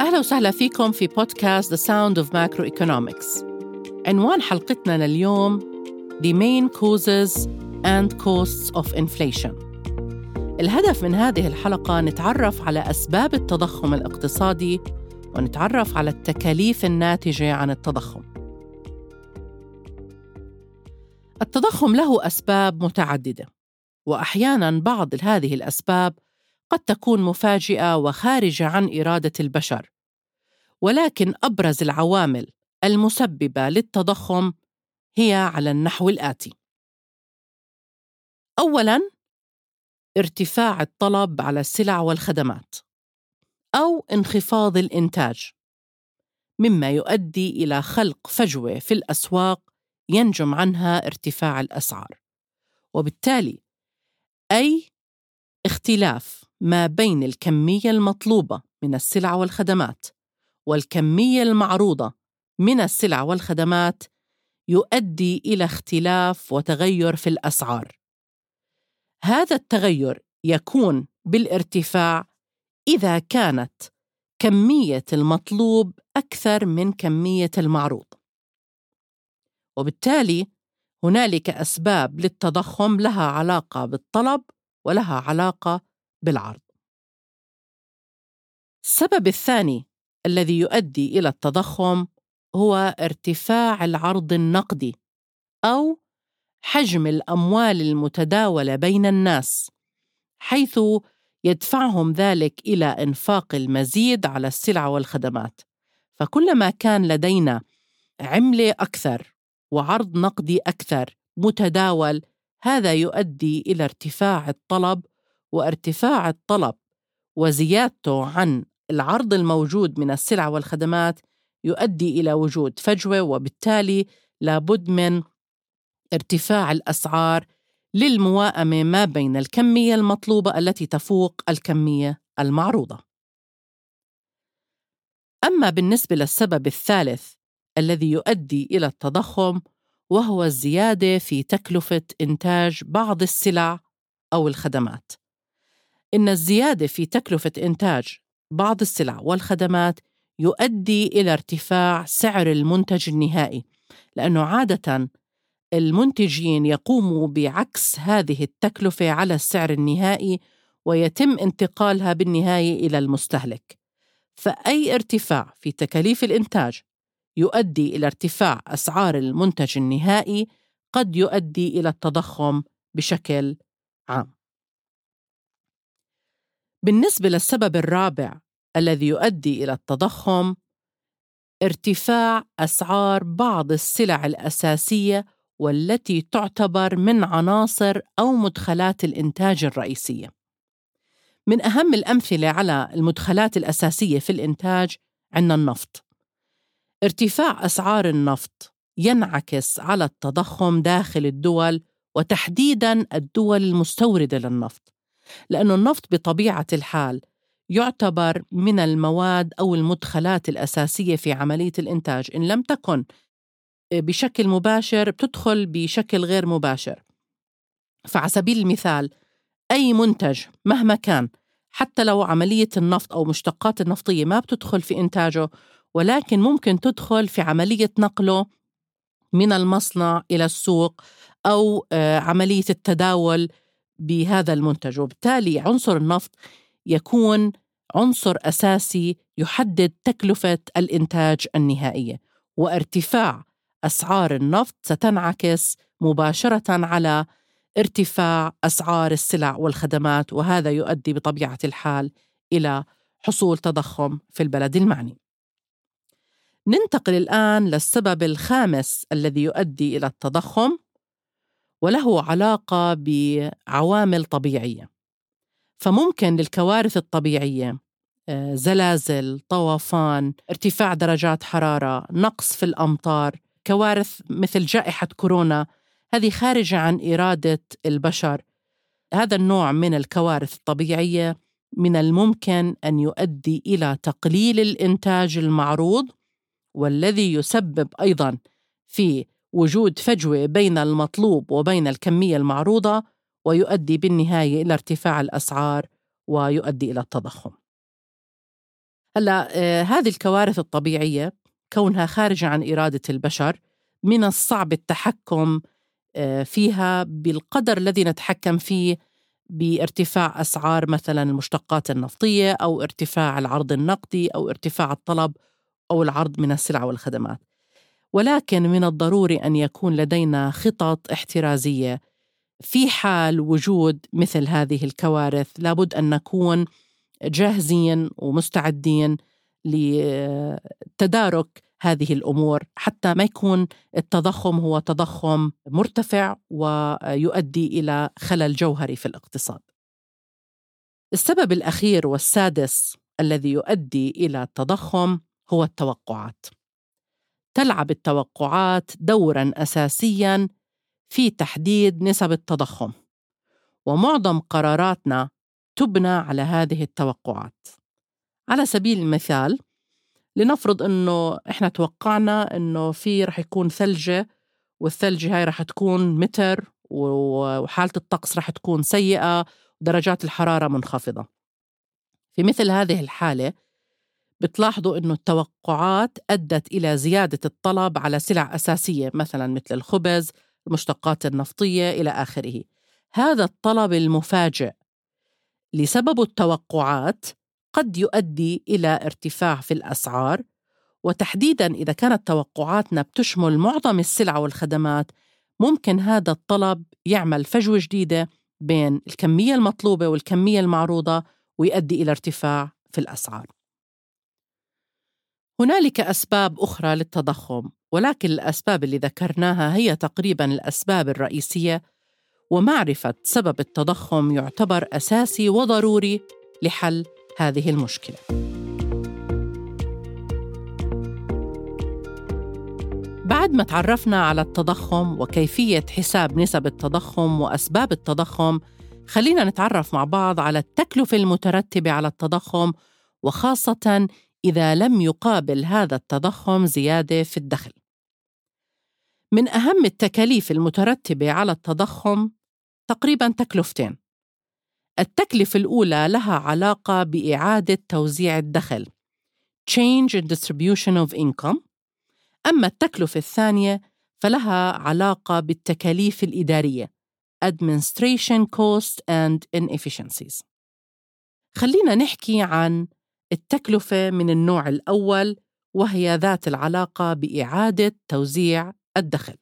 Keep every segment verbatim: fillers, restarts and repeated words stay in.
أهلا وسهلا فيكم في بودكاست The Sound of Macroeconomics. عنوان حلقتنا لليوم The Main Causes and Costs of Inflation. الهدف من هذه الحلقة نتعرف على أسباب التضخم الاقتصادي ونتعرف على التكاليف الناتجة عن التضخم. التضخم له أسباب متعددة، وأحياناً بعض هذه الأسباب قد تكون مفاجئة وخارجة عن إرادة البشر، ولكن أبرز العوامل المسببة للتضخم هي على النحو الآتي: أولاً، ارتفاع الطلب على السلع والخدمات أو انخفاض الإنتاج، مما يؤدي إلى خلق فجوة في الأسواق ينجم عنها ارتفاع الأسعار، وبالتالي أي اختلاف ما بين الكمية المطلوبة من السلع والخدمات والكمية المعروضة من السلع والخدمات يؤدي إلى اختلاف وتغير في الأسعار. هذا التغير يكون بالارتفاع إذا كانت كمية المطلوب أكثر من كمية المعروض، وبالتالي هنالك أسباب للتضخم لها علاقة بالطلب ولها علاقة بالعرض. السبب الثاني الذي يؤدي إلى التضخم هو ارتفاع العرض النقدي أو حجم الأموال المتداولة بين الناس، حيث يدفعهم ذلك إلى إنفاق المزيد على السلع والخدمات. فكلما كان لدينا عملة أكثر وعرض نقدي أكثر متداول، هذا يؤدي إلى ارتفاع الطلب، وارتفاع الطلب وزيادته عن العرض الموجود من السلع والخدمات يؤدي إلى وجود فجوة، وبالتالي لابد من ارتفاع الأسعار للموائمة ما بين الكمية المطلوبة التي تفوق الكمية المعروضة. أما بالنسبة للسبب الثالث الذي يؤدي إلى التضخم، وهو الزيادة في تكلفة إنتاج بعض السلع أو الخدمات. إن الزيادة في تكلفة إنتاج بعض السلع والخدمات يؤدي إلى ارتفاع سعر المنتج النهائي، لأنه عادة المنتجين يقوموا بعكس هذه التكلفة على السعر النهائي، ويتم انتقالها بالنهاية إلى المستهلك. فأي ارتفاع في تكاليف الإنتاج يؤدي إلى ارتفاع أسعار المنتج النهائي، قد يؤدي إلى التضخم بشكل عام. بالنسبة للسبب الرابع الذي يؤدي إلى التضخم، ارتفاع أسعار بعض السلع الأساسية والتي تعتبر من عناصر أو مدخلات الإنتاج الرئيسية. من أهم الأمثلة على المدخلات الأساسية في الإنتاج عندنا النفط. ارتفاع أسعار النفط ينعكس على التضخم داخل الدول، وتحديداً الدول المستوردة للنفط، لأن النفط بطبيعة الحال يعتبر من المواد أو المدخلات الأساسية في عملية الإنتاج، إن لم تكن بشكل مباشر بتدخل بشكل غير مباشر. فعلى سبيل المثال، أي منتج مهما كان، حتى لو عملية النفط أو مشتقات النفطية ما بتدخل في إنتاجه، ولكن ممكن تدخل في عملية نقله من المصنع إلى السوق أو عملية التداول بهذا المنتج، وبالتالي عنصر النفط يكون عنصر أساسي يحدد تكلفة الإنتاج النهائية، وارتفاع أسعار النفط ستنعكس مباشرة على ارتفاع أسعار السلع والخدمات، وهذا يؤدي بطبيعة الحال إلى حصول تضخم في البلد المعني. ننتقل الآن للسبب الخامس الذي يؤدي إلى التضخم، وله علاقة بعوامل طبيعية. فممكن للكوارث الطبيعية، زلازل، طوفان، ارتفاع درجات حرارة، نقص في الأمطار، كوارث مثل جائحة كورونا، هذه خارجة عن إرادة البشر. هذا النوع من الكوارث الطبيعية من الممكن أن يؤدي إلى تقليل الإنتاج المعروض، والذي يسبب أيضاً في وجود فجوة بين المطلوب وبين الكمية المعروضة، ويؤدي بالنهاية إلى ارتفاع الأسعار ويؤدي إلى التضخم. هلأ آه هذه الكوارث الطبيعية كونها خارجة عن إرادة البشر، من الصعب التحكم آه فيها بالقدر الذي نتحكم فيه بارتفاع أسعار مثلا المشتقات النفطية، أو ارتفاع العرض النقدي، أو ارتفاع الطلب أو العرض من السلع والخدمات. ولكن من الضروري أن يكون لدينا خطط احترازية في حال وجود مثل هذه الكوارث. لابد أن نكون جاهزين ومستعدين لتدارك هذه الأمور، حتى ما يكون التضخم هو تضخم مرتفع ويؤدي إلى خلل جوهري في الاقتصاد. السبب الأخير والسادس الذي يؤدي إلى التضخم هو التوقعات. تلعب التوقعات دوراً أساسياً في تحديد نسب التضخم، ومعظم قراراتنا تبنى على هذه التوقعات. على سبيل المثال، لنفرض إنه إحنا توقعنا إنه في رح يكون ثلجة، والثلجة هاي رح تكون متر، وحالة الطقس رح تكون سيئة، ودرجات الحرارة منخفضة. في مثل هذه الحالة بتلاحظوا إنه التوقعات أدت إلى زيادة الطلب على سلع أساسية مثلاً مثل الخبز، المشتقات النفطية إلى آخره. هذا الطلب المفاجئ لسبب التوقعات قد يؤدي إلى ارتفاع في الأسعار، وتحديداً إذا كانت توقعاتنا بتشمل معظم السلع والخدمات، ممكن هذا الطلب يعمل فجوة جديدة بين الكمية المطلوبة والكمية المعروضة، ويؤدي إلى ارتفاع في الأسعار. هنالك أسباب أخرى للتضخم، ولكن الأسباب اللي ذكرناها هي تقريباً الأسباب الرئيسية، ومعرفة سبب التضخم يعتبر أساسي وضروري لحل هذه المشكلة. بعد ما تعرفنا على التضخم وكيفية حساب نسب التضخم وأسباب التضخم، خلينا نتعرف مع بعض على التكلفة المترتبة على التضخم، وخاصة إذا لم يقابل هذا التضخم زيادة في الدخل. من أهم التكاليف المترتبة على التضخم تقريباً تكلفتين. التكلفة الأولى لها علاقة بإعادة توزيع الدخل Change in Distribution of Income. أما التكلفة الثانية فلها علاقة بالتكاليف الإدارية Administration Cost and Inefficiencies. خلينا نحكي عن التكلفة من النوع الأول، وهي ذات العلاقة بإعادة توزيع الدخل.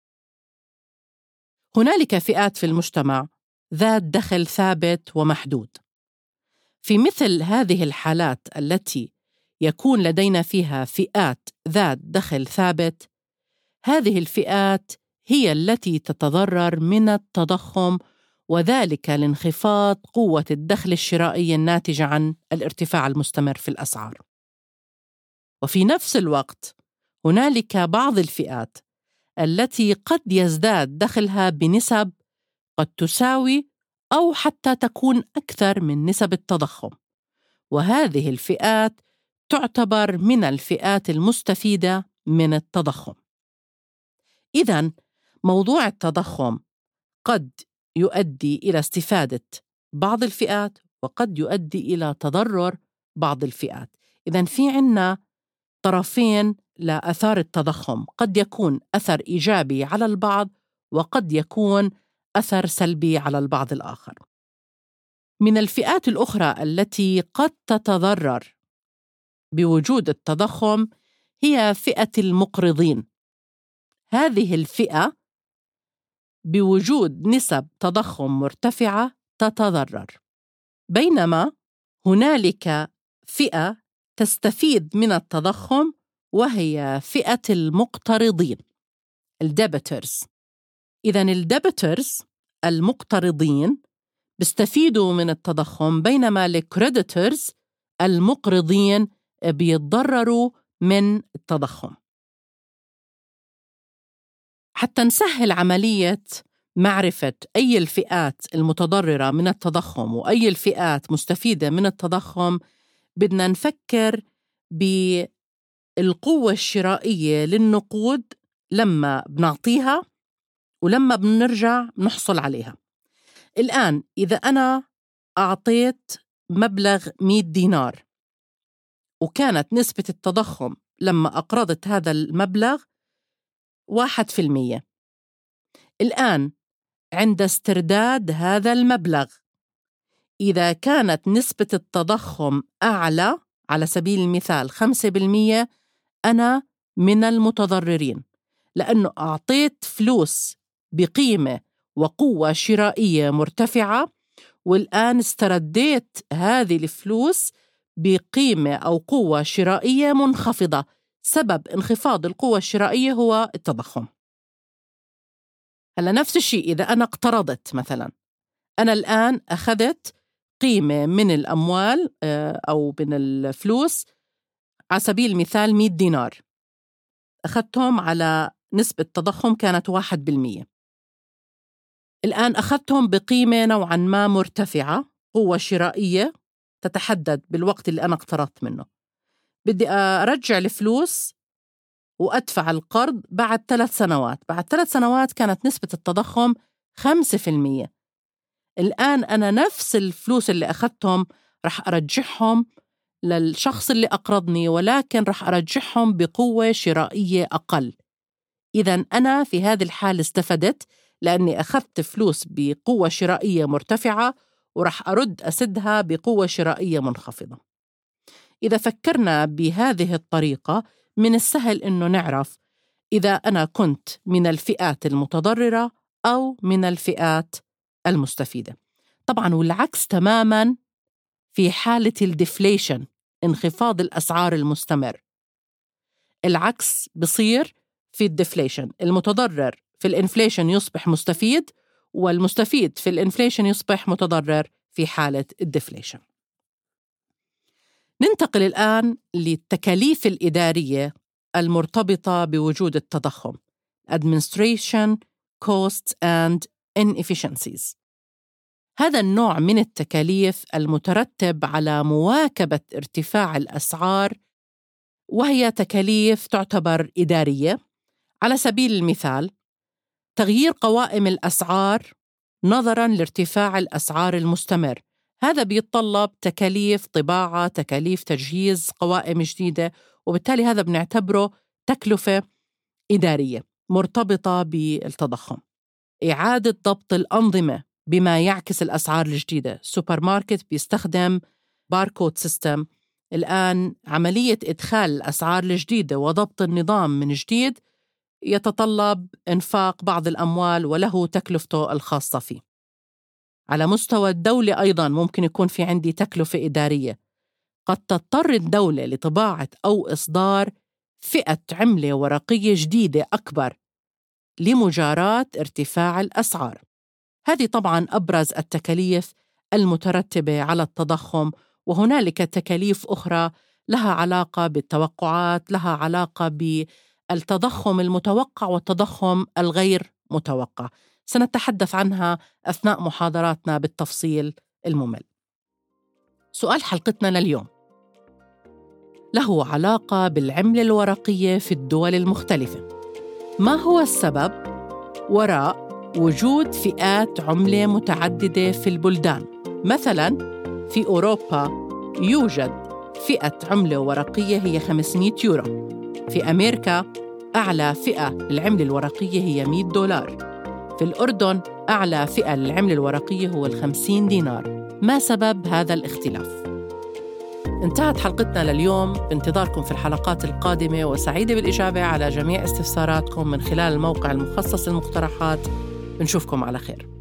هنالك فئات في المجتمع ذات دخل ثابت ومحدود. في مثل هذه الحالات التي يكون لدينا فيها فئات ذات دخل ثابت، هذه الفئات هي التي تتضرر من التضخم، وذلك لانخفاض قوة الدخل الشرائي الناتج عن الارتفاع المستمر في الأسعار. وفي نفس الوقت هنالك بعض الفئات التي قد يزداد دخلها بنسب قد تساوي أو حتى تكون أكثر من نسب التضخم، وهذه الفئات تعتبر من الفئات المستفيدة من التضخم. إذن موضوع التضخم قد يؤدي إلى استفادة بعض الفئات، وقد يؤدي إلى تضرر بعض الفئات. إذن في عنا طرفين لآثار التضخم، قد يكون أثر إيجابي على البعض، وقد يكون أثر سلبي على البعض الآخر. من الفئات الأخرى التي قد تتضرر بوجود التضخم هي فئة المقرضين. هذه الفئة بوجود نسب تضخم مرتفعة تتضرر، بينما هنالك فئة تستفيد من التضخم، وهي فئة المقترضين الديبترز. إذن الديبترز المقترضين بيستفيدوا من التضخم، بينما الكريديترز المقرضين بيتضرروا من التضخم. حتى نسهل عملية معرفة أي الفئات المتضررة من التضخم وأي الفئات مستفيدة من التضخم، بدنا نفكر بالقوة الشرائية للنقود لما بنعطيها ولما بنرجع نحصل عليها. الآن إذا أنا أعطيت مبلغ مئة دينار وكانت نسبة التضخم لما أقرضت هذا المبلغ واحد في المية. الآن عند استرداد هذا المبلغ، إذا كانت نسبة التضخم أعلى، على سبيل المثال خمسة بالمية، أنا من المتضررين، لأنه أعطيت فلوس بقيمة وقوة شرائية مرتفعة، والآن استرديت هذه الفلوس بقيمة أو قوة شرائية منخفضة. سبب انخفاض القوة الشرائية هو التضخم. هلا نفس الشيء، إذا أنا اقترضت مثلا، أنا الآن أخذت قيمة من الأموال أو من الفلوس، على سبيل المثال مئة دينار، أخذتهم على نسبة تضخم كانت واحد بالمية. الآن أخذتهم بقيمة نوعاً ما مرتفعة، قوة شرائية تتحدد بالوقت اللي أنا اقترضت منه. بدي أرجع الفلوس وأدفع القرض بعد ثلاث سنوات. بعد ثلاث سنوات كانت نسبة التضخم خمسة في المية. الآن أنا نفس الفلوس اللي أخذتهم رح أرجعهم للشخص اللي أقرضني، ولكن رح أرجعهم بقوة شرائية أقل. إذن أنا في هذه الحالة استفدت، لأني أخذت فلوس بقوة شرائية مرتفعة ورح أرد أسدها بقوة شرائية منخفضة. إذا فكرنا بهذه الطريقة، من السهل أنه نعرف إذا أنا كنت من الفئات المتضررة أو من الفئات المستفيدة. طبعاً والعكس تماماً في حالة الديفليشن، انخفاض الأسعار المستمر. العكس بصير في الديفليشن، المتضرر في الانفليشن يصبح مستفيد، والمستفيد في الانفليشن يصبح متضرر في حالة الديفليشن. ننتقل الآن للتكاليف الإدارية المرتبطة بوجود التضخم، Administration Costs and Inefficiencies. هذا النوع من التكاليف المترتب على مواكبة ارتفاع الأسعار، وهي تكاليف تعتبر إدارية. على سبيل المثال، تغيير قوائم الأسعار نظراً لارتفاع الأسعار المستمر، هذا بيتطلب تكاليف طباعة، تكاليف تجهيز قوائم جديدة، وبالتالي هذا بنعتبره تكلفة إدارية مرتبطة بالتضخم. إعادة ضبط الأنظمة بما يعكس الأسعار الجديدة، سوبر ماركت بيستخدم باركود سيستم. الآن عملية إدخال الأسعار الجديدة وضبط النظام من جديد يتطلب إنفاق بعض الأموال وله تكلفته الخاصة فيه. على مستوى الدولة أيضاً ممكن يكون في عندي تكلفة إدارية. قد تضطر الدولة لطباعة أو إصدار فئة عملة ورقية جديدة أكبر لمجاراة ارتفاع الأسعار. هذه طبعاً أبرز التكاليف المترتبة على التضخم، وهنالك تكاليف أخرى لها علاقة بالتوقعات، لها علاقة بالتضخم المتوقع والتضخم الغير متوقع، سنتحدث عنها أثناء محاضراتنا بالتفصيل الممل. سؤال حلقتنا لليوم له علاقة بالعملة الورقية في الدول المختلفة. ما هو السبب وراء وجود فئات عملة متعددة في البلدان؟ مثلاً في أوروبا يوجد فئة عملة ورقية هي خمسمئة يورو، في أمريكا أعلى فئة للعملة الورقية هي مئة دولار، في الأردن أعلى فئة للعملة الورقية هو الخمسين دينار. ما سبب هذا الاختلاف؟ انتهت حلقتنا لليوم، بانتظاركم في الحلقات القادمة، وسعيدة بالإجابة على جميع استفساراتكم من خلال الموقع المخصص للمقترحات. بنشوفكم على خير.